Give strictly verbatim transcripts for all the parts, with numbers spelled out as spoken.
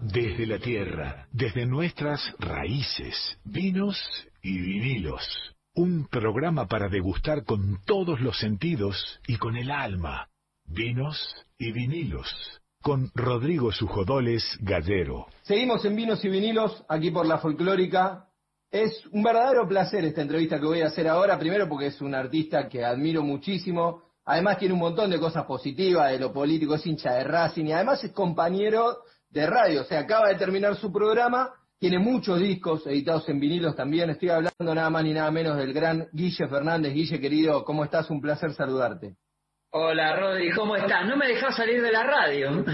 Desde la tierra, desde nuestras raíces, vinos y vinilos. Un programa para degustar con todos los sentidos y con el alma. Vinos y vinilos. Con Rodrigo Sujodoles Gallero. Seguimos en Vinos y Vinilos, aquí por La Folclórica. Es un verdadero placer esta entrevista que voy a hacer ahora, primero porque es un artista que admiro muchísimo, además tiene un montón de cosas positivas, de lo político, es hincha de Racing y además es compañero de radio, o sea, acaba de terminar su programa, tiene muchos discos editados en vinilos también, estoy hablando nada más ni nada menos del gran Guille Fernández. Guille, querido, ¿cómo estás? Un placer saludarte. Hola, Rodri, ¿cómo estás? No me dejás salir de la radio.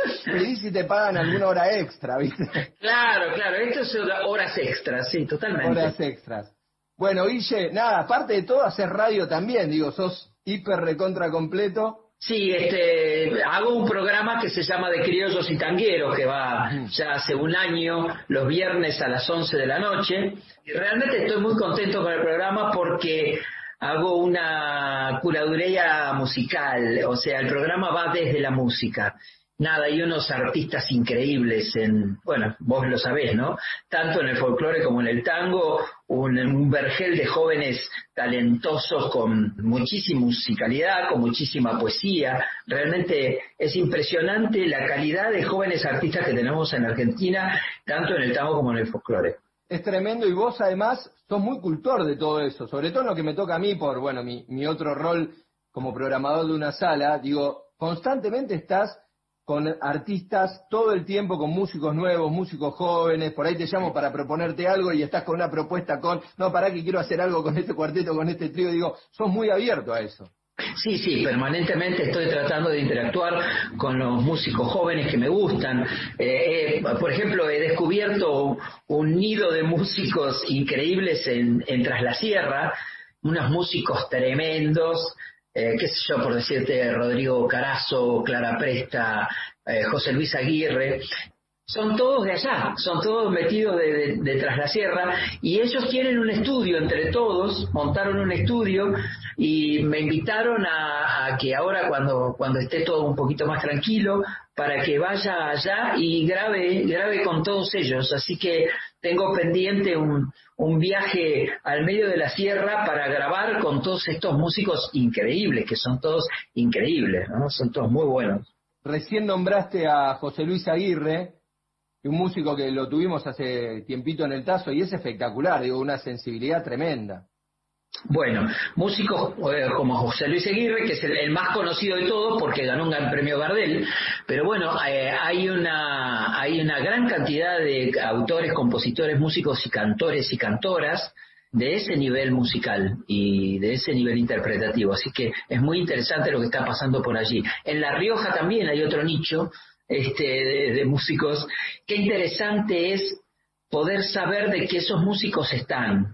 Y si te pagan alguna hora extra, ¿viste? Claro, claro, esto es horas extras, sí, totalmente. Horas extras. Bueno, Guille, nada, aparte de todo, hacer radio también, digo, sos hiper recontra completo. Sí, este, hago un programa que se llama De Criollos y Tangueros, que va ya hace un año, los viernes a las once de la noche. Y realmente estoy muy contento con el programa porque hago una curaduría musical, o sea, el programa va desde la música. Nada, hay unos artistas increíbles en, bueno, vos lo sabés, ¿no? Tanto en el folclore como en el tango, un, un vergel de jóvenes talentosos con muchísima musicalidad, con muchísima poesía. Realmente es impresionante la calidad de jóvenes artistas que tenemos en Argentina, tanto en el tango como en el folclore. Es tremendo, y vos además sos muy cultor de todo eso, sobre todo en lo que me toca a mí por, bueno, mi, mi otro rol como programador de una sala. Digo, constantemente estás con artistas todo el tiempo, con músicos nuevos, músicos jóvenes, por ahí te llamo para proponerte algo y estás con una propuesta con, no, pará que quiero hacer algo con este cuarteto, con este trío. Digo, sos muy abierto a eso. Sí, sí, permanentemente estoy tratando de interactuar con los músicos jóvenes que me gustan. Eh, eh, por ejemplo, he descubierto un nido de músicos increíbles en, en Tras la Sierra, unos músicos tremendos, eh, qué sé yo, por decirte, Rodrigo Carazo, Clara Presta, eh, José Luis Aguirre. Son todos de allá, son todos metidos de, de, de Tras la Sierra, y ellos tienen un estudio entre todos, montaron un estudio y me invitaron a, a que ahora cuando, cuando esté todo un poquito más tranquilo, para que vaya allá y grabe, grabe con todos ellos. Así que tengo pendiente un, un viaje al medio de la sierra para grabar con todos estos músicos increíbles, que son todos increíbles, ¿no? Son todos muy buenos. Recién nombraste a José Luis Aguirre, un músico que lo tuvimos hace tiempito en el Tazo, y es espectacular, digo, una sensibilidad tremenda. Bueno, músicos eh, como José Luis Aguirre, que es el, el más conocido de todos porque ganó un gran premio Gardel, pero bueno, eh, hay una hay una gran cantidad de autores, compositores, músicos y cantores y cantoras de ese nivel musical y de ese nivel interpretativo, así que es muy interesante lo que está pasando por allí. En La Rioja también hay otro nicho este de, de músicos. Qué interesante es poder saber de que esos músicos están,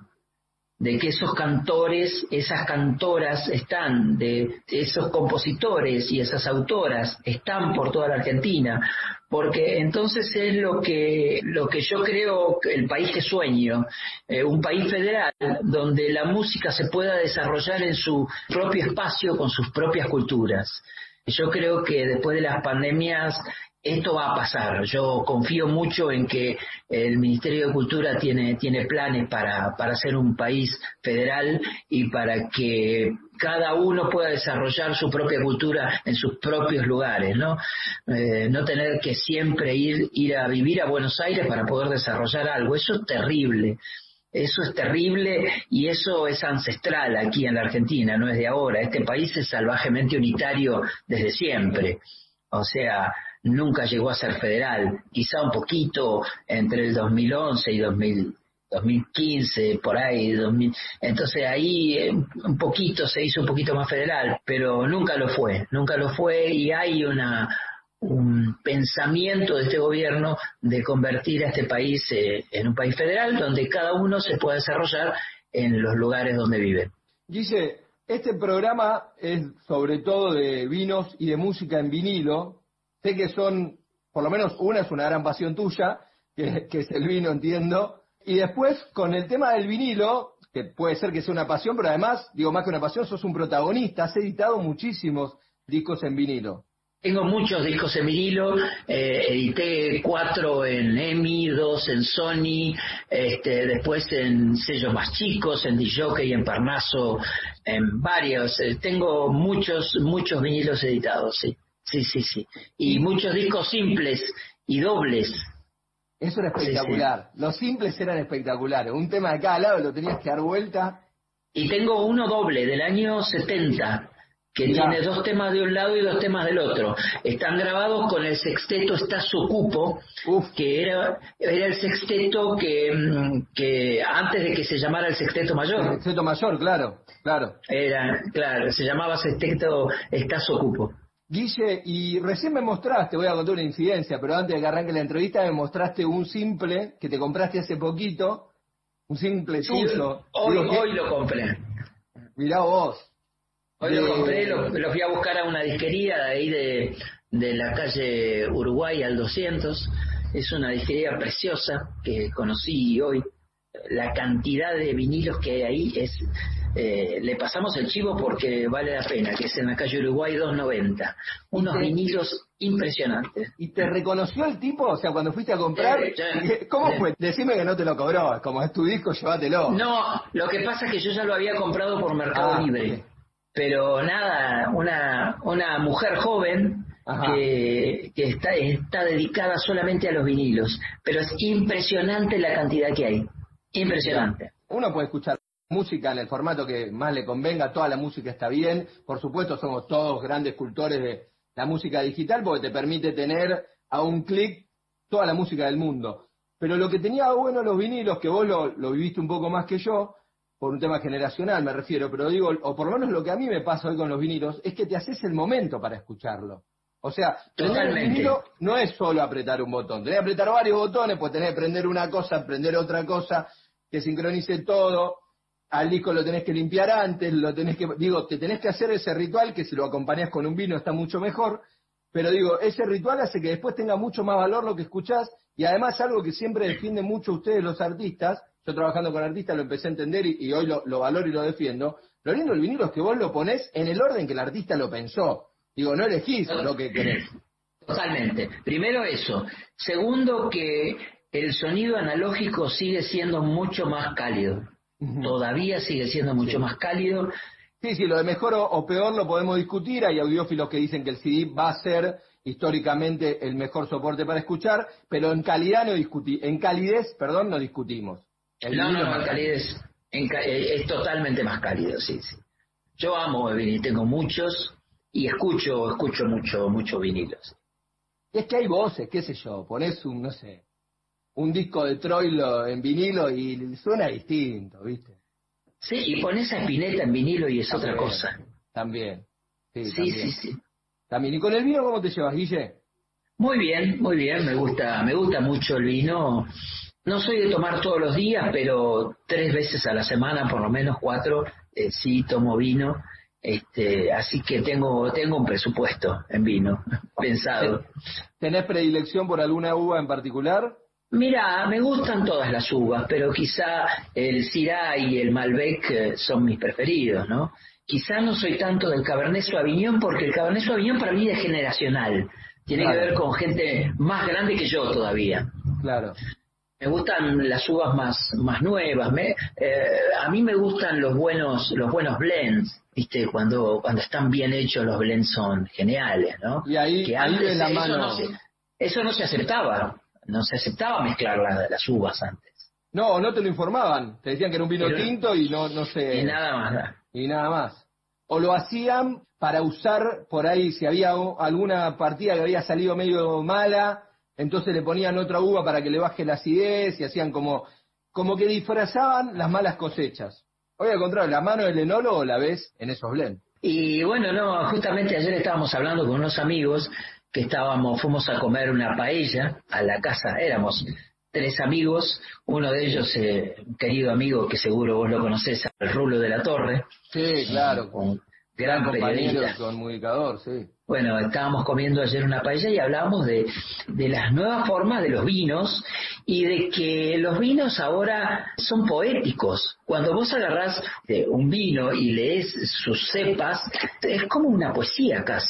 de que esos cantores, esas cantoras están, de esos compositores y esas autoras están por toda la Argentina, porque entonces es lo que lo que yo creo el país que sueño, eh, un país federal donde la música se pueda desarrollar en su propio espacio con sus propias culturas. Yo creo que después de las pandemias esto va a pasar. Yo confío mucho en que el Ministerio de Cultura tiene, tiene planes para, para ser un país federal y para que cada uno pueda desarrollar su propia cultura en sus propios lugares, ¿no? Eh, no tener que siempre ir, ir a vivir a Buenos Aires para poder desarrollar algo. Eso es terrible. Eso es terrible y eso es ancestral aquí en la Argentina, no es de ahora. Este país es salvajemente unitario desde siempre. O sea, nunca llegó a ser federal, quizá un poquito entre el dos mil once y dos mil, dos mil quince, por ahí, dos mil, entonces ahí eh, un poquito se hizo un poquito más federal, pero nunca lo fue, nunca lo fue y hay una un pensamiento de este gobierno de convertir a este país eh, en un país federal donde cada uno se pueda desarrollar en los lugares donde vive. Guille, este programa es sobre todo de vinos y de música en vinilo. Sé que son, por lo menos una es una gran pasión tuya, que, que es el vino, entiendo. Y después, con el tema del vinilo, que puede ser que sea una pasión, pero además, digo, más que una pasión, sos un protagonista. Has editado muchísimos discos en vinilo. Tengo muchos discos en vinilo, eh, edité cuatro en EMI, dos en Sony, este, después en sellos más chicos, en Disjockey, en Parnaso, en varios. Eh, tengo muchos, muchos vinilos editados, sí, sí, sí, sí. Y muchos discos simples y dobles. Eso era espectacular. Sí, sí. Los simples eran espectaculares. Un tema de cada lado lo tenías que dar vuelta. Y tengo uno doble del año setenta. Que Mirá. Tiene dos temas de un lado y dos temas del otro. Están grabados con el sexteto Estazo Cupo, Uf. que era, era el sexteto que, que antes de que se llamara el sexteto mayor. El sexteto mayor, claro, claro. Era, claro, se llamaba sexteto Estazo Cupo. Guille, y recién me mostraste, voy a contar una incidencia, pero antes de que arranque la entrevista me mostraste un simple que te compraste hace poquito, un simple sí, tuyo. Hoy, Digo, hoy lo compré. Mirá vos. Hoy de... lo compré, lo, lo fui a buscar a una disquería de ahí de, de la calle Uruguay al doscientos. Es una disquería preciosa que conocí hoy. La cantidad de vinilos que hay ahí es... Eh, le pasamos el chivo porque vale la pena, que es en la calle Uruguay doscientos noventa. Unos te... vinilos impresionantes. ¿Y te reconoció el tipo? O sea, cuando fuiste a comprar, eh, ya, ¿cómo eh, fue? Decime que no te lo cobró, como es tu disco, llévatelo. No, lo que pasa es que yo ya lo había comprado por Mercado ah, Libre. Okay. Pero nada, una una mujer joven que, que está, está dedicada solamente a los vinilos. Pero es impresionante la cantidad que hay. Impresionante. Uno puede escuchar música en el formato que más le convenga, toda la música está bien. Por supuesto, somos todos grandes cultores de la música digital porque te permite tener a un clic toda la música del mundo. Pero lo que tenía bueno los vinilos, que vos lo, lo viviste un poco más que yo, por un tema generacional me refiero, pero digo, o por lo menos lo que a mí me pasa hoy con los vinilos, es que te haces el momento para escucharlo. O sea, prender el vinilo no es solo apretar un botón, tenés que apretar varios botones, pues tenés que prender una cosa, prender otra cosa, que sincronice todo, al disco lo tenés que limpiar antes, lo tenés que, digo, te tenés que hacer ese ritual, que si lo acompañás con un vino está mucho mejor, pero digo, ese ritual hace que después tenga mucho más valor lo que escuchás, y además algo que siempre defiende mucho ustedes los artistas. Yo trabajando con artistas lo empecé a entender y, y hoy lo, lo valoro y lo defiendo. Lo lindo del vinilo es que vos lo ponés en el orden que el artista lo pensó. Digo, no elegís lo que querés. Totalmente. Primero eso. Segundo, que el sonido analógico sigue siendo mucho más cálido. Uh-huh. Todavía sigue siendo mucho sí. más cálido. Sí, sí, lo de mejor o, o peor lo podemos discutir. Hay audiófilos que dicen que el C D va a ser históricamente el mejor soporte para escuchar, pero en calidad no discuti- en calidez, perdón, no discutimos. El no, no, no, en calidez en, es totalmente más cálido, sí, sí. Yo amo el vinilo, tengo muchos y escucho, escucho mucho, mucho vinilos. Y es que hay voces, qué sé yo, ponés un, no sé, un disco de Troilo en vinilo y suena distinto, ¿viste? Sí, y ponés a Spinetta en vinilo y es también, otra cosa. También. Sí, sí, también. sí, sí. También. ¿Y con el vino cómo te llevas, Guille? Muy bien, muy bien, me gusta, me gusta mucho el vino. No soy de tomar todos los días, pero tres veces a la semana, por lo menos cuatro, eh, sí tomo vino. Este, así que tengo tengo un presupuesto en vino pensado. ¿Tenés predilección por alguna uva en particular? Mira, me gustan todas las uvas, pero quizá el Syrah y el Malbec eh, son mis preferidos, ¿no? Quizá no soy tanto del Cabernet Sauvignon, porque el Cabernet Sauvignon para mí es generacional. Tiene claro. que ver con gente más grande que yo todavía. Claro. Me gustan las uvas más más nuevas. Me, eh, a mí me gustan los buenos los buenos blends, viste, cuando cuando están bien hechos los blends son geniales, ¿no? Y ahí, que ahí antes, de la eso mano. No se, eso no se aceptaba, no se aceptaba mezclar las, las uvas antes. No, no te lo informaban, te decían que era un vino Pero, tinto y no no sé. Y nada más. ¿no? Y nada más. O lo hacían para usar por ahí si había alguna partida que había salido medio mala. Entonces le ponían otra uva para que le baje la acidez y hacían como, como que disfrazaban las malas cosechas. Hoy al contrario, la mano del enólogo la ves en esos blends. Y bueno, no, justamente ayer estábamos hablando con unos amigos que estábamos, fuimos a comer una paella a la casa, éramos tres amigos, uno de ellos, eh, un querido amigo que seguro vos lo conocés, el Rulo de la Torre. Sí, claro. Un gran, gran compañero, comunicador, sí. Bueno, estábamos comiendo ayer una paella y hablábamos de, de las nuevas formas de los vinos y de que los vinos ahora son poéticos. Cuando vos agarrás eh, un vino y lees sus cepas, es como una poesía casi.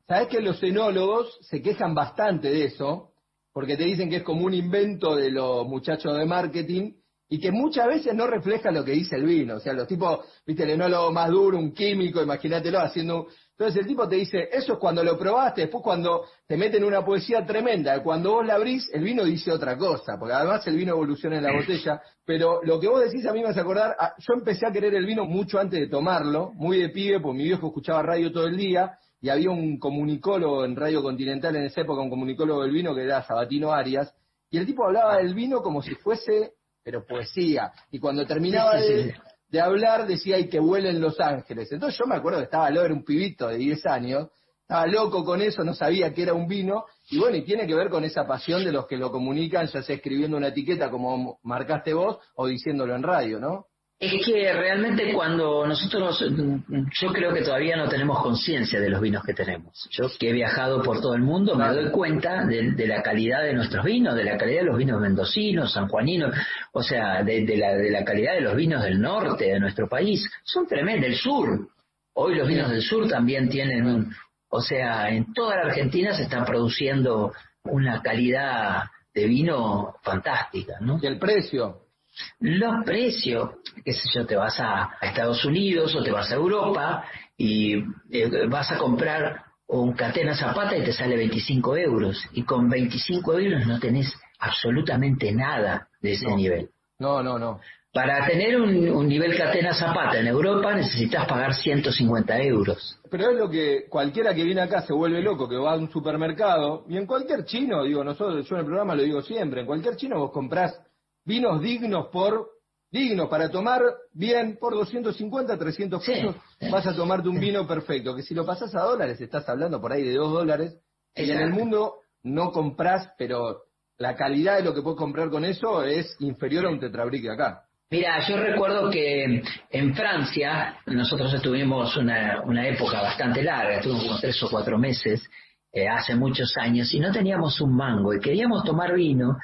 Sabés que los enólogos se quejan bastante de eso, porque te dicen que es como un invento de los muchachos de marketing y que muchas veces no refleja lo que dice el vino. O sea, los tipos, viste, el enólogo más duro, un químico, imagínatelo haciendo... un... Entonces el tipo te dice, eso es cuando lo probaste, después cuando te meten una poesía tremenda, cuando vos la abrís, el vino dice otra cosa, porque además el vino evoluciona en la botella, pero lo que vos decís a mí me hace acordar, a, yo empecé a querer el vino mucho antes de tomarlo, muy de pibe, porque mi viejo escuchaba radio todo el día, y había un comunicólogo en Radio Continental en esa época, un comunicólogo del vino que era Sabatino Arias, y el tipo hablaba del vino como si fuese, pero poesía, y cuando terminaba Sí, sí, de... sí. de hablar, decía, ay, que huelen Los Ángeles. Entonces yo me acuerdo que estaba loco, era un pibito de diez años, estaba loco con eso, no sabía que era un vino, y bueno, y tiene que ver con esa pasión de los que lo comunican, ya sea escribiendo una etiqueta como marcaste vos, o diciéndolo en radio, ¿no? Es que realmente cuando nosotros, yo creo que todavía no tenemos conciencia de los vinos que tenemos. Yo que he viajado por todo el mundo Claro. me doy cuenta de, de la calidad de nuestros vinos, de la calidad de los vinos mendocinos, sanjuaninos, o sea, de, de, la, de la calidad de los vinos del norte de nuestro país. Son tremendos, del sur. Hoy los vinos del sur también tienen un... O sea, en toda la Argentina se están produciendo una calidad de vino fantástica, ¿no? Y el precio. Los precios, qué sé yo, te vas a, a Estados Unidos o te vas a Europa y eh, vas a comprar un Catena Zapata y te sale veinticinco euros. Y con veinticinco euros no tenés absolutamente nada de ese No. nivel. No, no, no. Para tener un, un nivel Catena Zapata en Europa necesitas pagar ciento cincuenta euros. Pero es lo que cualquiera que viene acá se vuelve loco, que va a un supermercado, y en cualquier chino, digo, nosotros, yo en el programa lo digo siempre, en cualquier chino vos comprás vinos dignos por, dignos para tomar bien, por doscientos cincuenta, trescientos Sí. pesos, vas a tomarte un vino perfecto, que si lo pasás a dólares, estás hablando por ahí de dos dólares, y en el Exacto. mundo no comprás, pero la calidad de lo que puedes comprar con eso es inferior a un tetrabrique acá. Mira, yo recuerdo que en Francia nosotros estuvimos una, una época bastante larga, estuvimos como tres o cuatro meses, eh, hace muchos años, y no teníamos un mango, y queríamos tomar vino,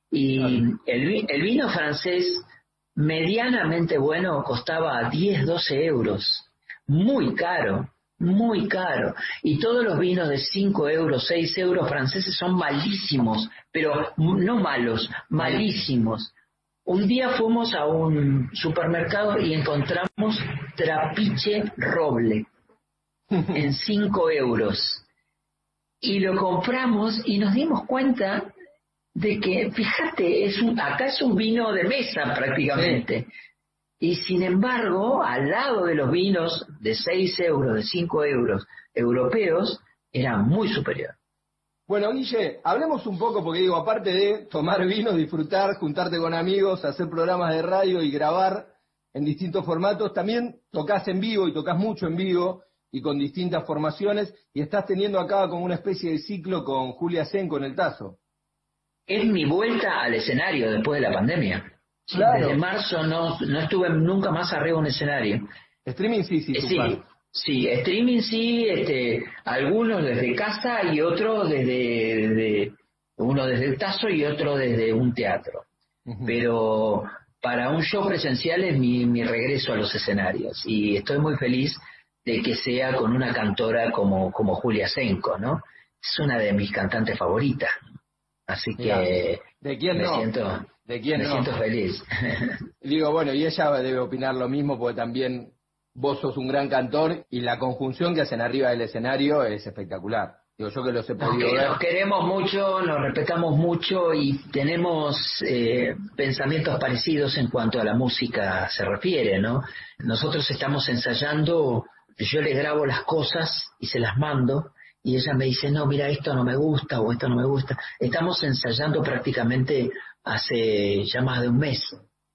y el, vi- el vino francés medianamente bueno costaba diez, doce euros, muy caro, muy caro, y todos los vinos de cinco euros, seis euros franceses son malísimos, pero no malos, malísimos. Un día fuimos a un supermercado y encontramos trapiche roble en cinco euros. Y lo compramos y nos dimos cuenta de que, fíjate, es un, acá es un vino de mesa prácticamente. Y sin embargo, al lado de los vinos de seis euros, de cinco euros europeos, era muy superior. Bueno, Guille, hablemos un poco, porque digo, aparte de tomar vino, disfrutar, juntarte con amigos, hacer programas de radio y grabar en distintos formatos, también tocas en vivo y tocas mucho en vivo y con distintas formaciones, y estás teniendo acá como una especie de ciclo con Julia Senco en el Tazo. Es mi vuelta al escenario después de la pandemia. Sí, Claro. desde marzo no, no estuve nunca más arriba de un escenario. Streaming sí, sí, Eh, tu sí, plan. sí, streaming sí, este, algunos desde casa y otros desde, desde uno desde el Tazo y otro desde un teatro. Ujú. Pero para un show presencial es mi, mi regreso a los escenarios y estoy muy feliz de que sea con una cantora como, como Julia Senco, ¿no? Es una de mis cantantes favoritas. Así Mirá, que ¿de quién me no? siento, ¿De quién me no? siento feliz. Digo, bueno, y ella debe opinar lo mismo, porque también vos sos un gran cantor y la conjunción que hacen arriba del escenario es espectacular. Digo, yo que los he Nos, podido que- ver. nos queremos mucho, nos respetamos mucho y tenemos eh, pensamientos parecidos en cuanto a la música se refiere, ¿no? Nosotros estamos ensayando, yo le grabo las cosas y se las mando y ella me dice, no, mira, esto no me gusta o esto no me gusta. Estamos ensayando prácticamente hace ya más de un mes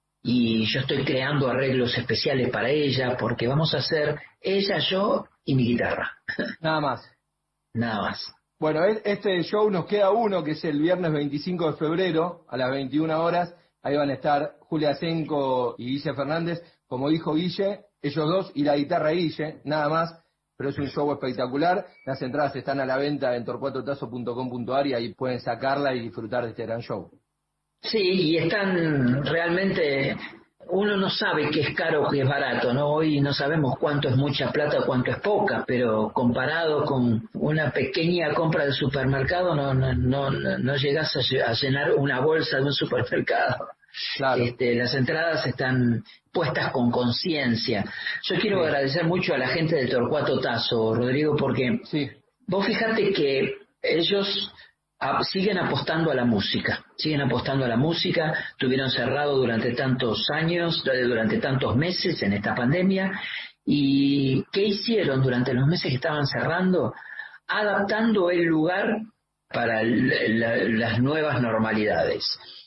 y yo estoy creando arreglos especiales para ella porque vamos a hacer ella, yo y mi guitarra, Nada más. nada más. Bueno, e- este show nos queda uno, que es el viernes veinticinco de febrero, a las veintiuna horas. Ahí van a estar Julia Senco y Guille Fernández. Como dijo Guille, ellos dos y la guitarra de Guille, nada más. Pero es un show espectacular. Las entradas están a la venta en torcuato tazo punto com punto ar y ahí pueden sacarla y disfrutar de este gran show. Sí, y están realmente uno no sabe qué es caro o qué es barato, ¿no? Hoy no sabemos cuánto es mucha plata o cuánto es poca, pero comparado con una pequeña compra de supermercado, no no no, no llegas a llenar una bolsa de un supermercado. Claro. Este, las entradas están puestas con conciencia. Yo quiero Sí. agradecer mucho a la gente de Torcuato Tazo, Rodrigo, porque Sí. vos fíjate que ellos a, siguen apostando a la música, siguen apostando a la música, estuvieron cerrados durante tantos años, durante tantos meses en esta pandemia, y ¿qué hicieron durante los meses que estaban cerrando? Adaptando el lugar para la, la, las nuevas normalidades.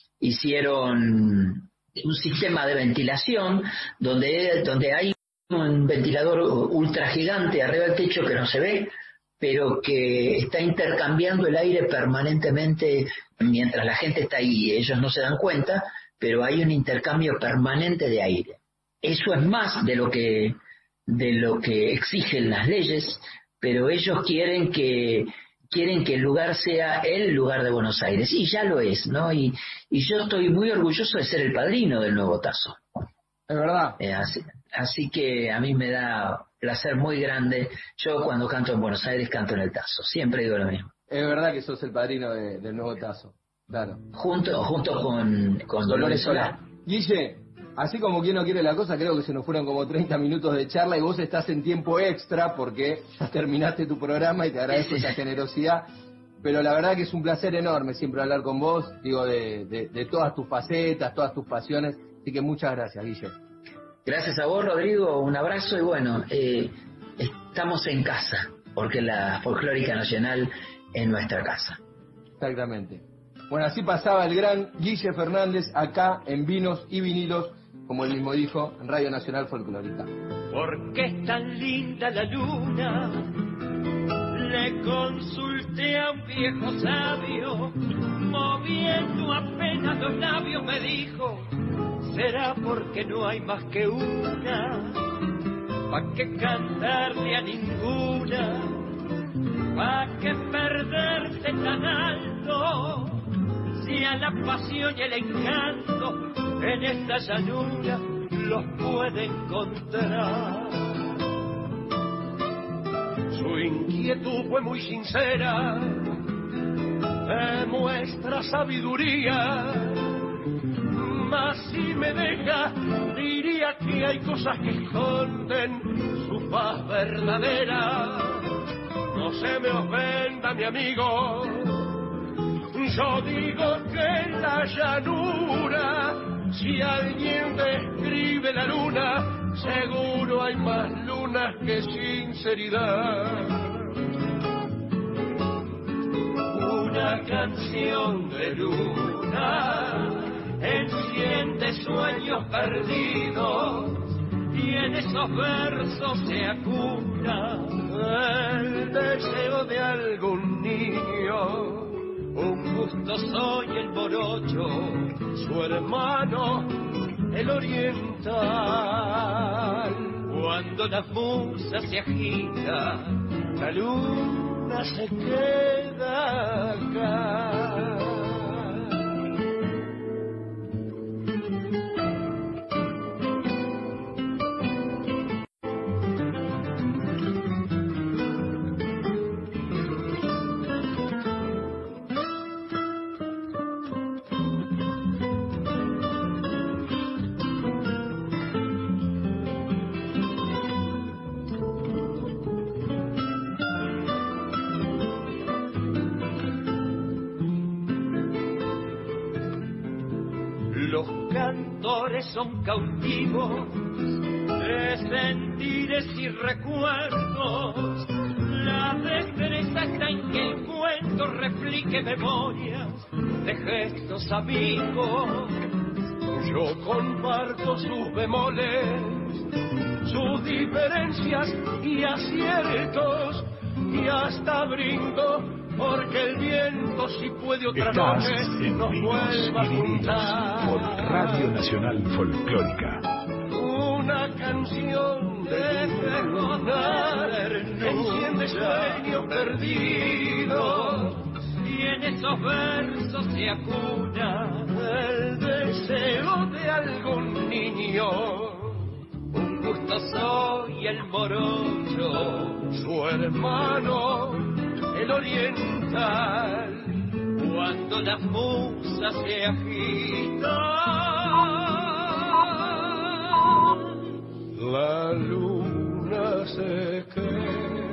Hicieron un sistema de ventilación donde, donde hay un ventilador ultra gigante arriba del techo que no se ve, pero que está intercambiando el aire permanentemente mientras la gente está ahí. Ellos no se dan cuenta, pero hay un intercambio permanente de aire. Eso es más de lo que, de lo que exigen las leyes, pero ellos quieren que quieren que el lugar sea el lugar de Buenos Aires, y ya lo es, ¿no? Y, y yo estoy muy orgulloso de ser el padrino del nuevo Tazo. Es verdad. Eh, así, así que a mí me da placer muy grande. Yo cuando canto en Buenos Aires canto en el Tazo, siempre digo lo mismo. Es verdad que sos el padrino de, del nuevo Tazo, claro. Junto, junto con, con Dolores Solá. Guille, así como quien no quiere la cosa, creo que se nos fueron como treinta minutos de charla y vos estás en tiempo extra porque terminaste tu programa y te agradezco Sí, sí. esa generosidad. Pero la verdad que es un placer enorme siempre hablar con vos, digo, de, de, de todas tus facetas, todas tus pasiones. Así que muchas gracias, Guille. Gracias a vos, Rodrigo, un abrazo y bueno, eh, estamos en casa, porque la Folclórica Nacional es nuestra casa. Exactamente. Bueno, así pasaba el gran Guille Fernández acá en Vinos y Vinilos, como él mismo dijo, en Radio Nacional Folclórica. ¿Por qué es tan linda la luna? Le consulté a un viejo sabio, moviendo apenas los labios me dijo, será porque no hay más que una, pa' que cantarle a ninguna, pa' que perderse tan alto, si a la pasión y el encanto en esta llanura los puede encontrar. Su inquietud fue muy sincera, demuestra sabiduría, mas si me deja, diría que hay cosas que esconden su paz verdadera. No se me ofenda, mi amigo, yo digo que en la llanura, si alguien describe la luna, seguro hay más lunas que sinceridad. Una canción de luna enciende sueños perdidos y en esos versos se acuna el deseo de algún niño. Un gusto soy el morocho, su hermano el oriental. Cuando la musa se agita, la luna se queda acá. Son cautivos de sentires y recuerdos. La destreza está en que el cuento replique memorias de gestos amigos. Yo comparto sus bemoles, sus diferencias y aciertos, y hasta brindo porque el viento si puede otra Estás noche en nos Vinos vuelva a y Vinilos juntar. por Radio Nacional Folclórica. Una canción de recordar enciende sueños perdidos y en esos versos se acuna el deseo de algún niño, un gusto soy el morocho, su hermano, el oriental. Cuando las musas se agitan, la luna se queda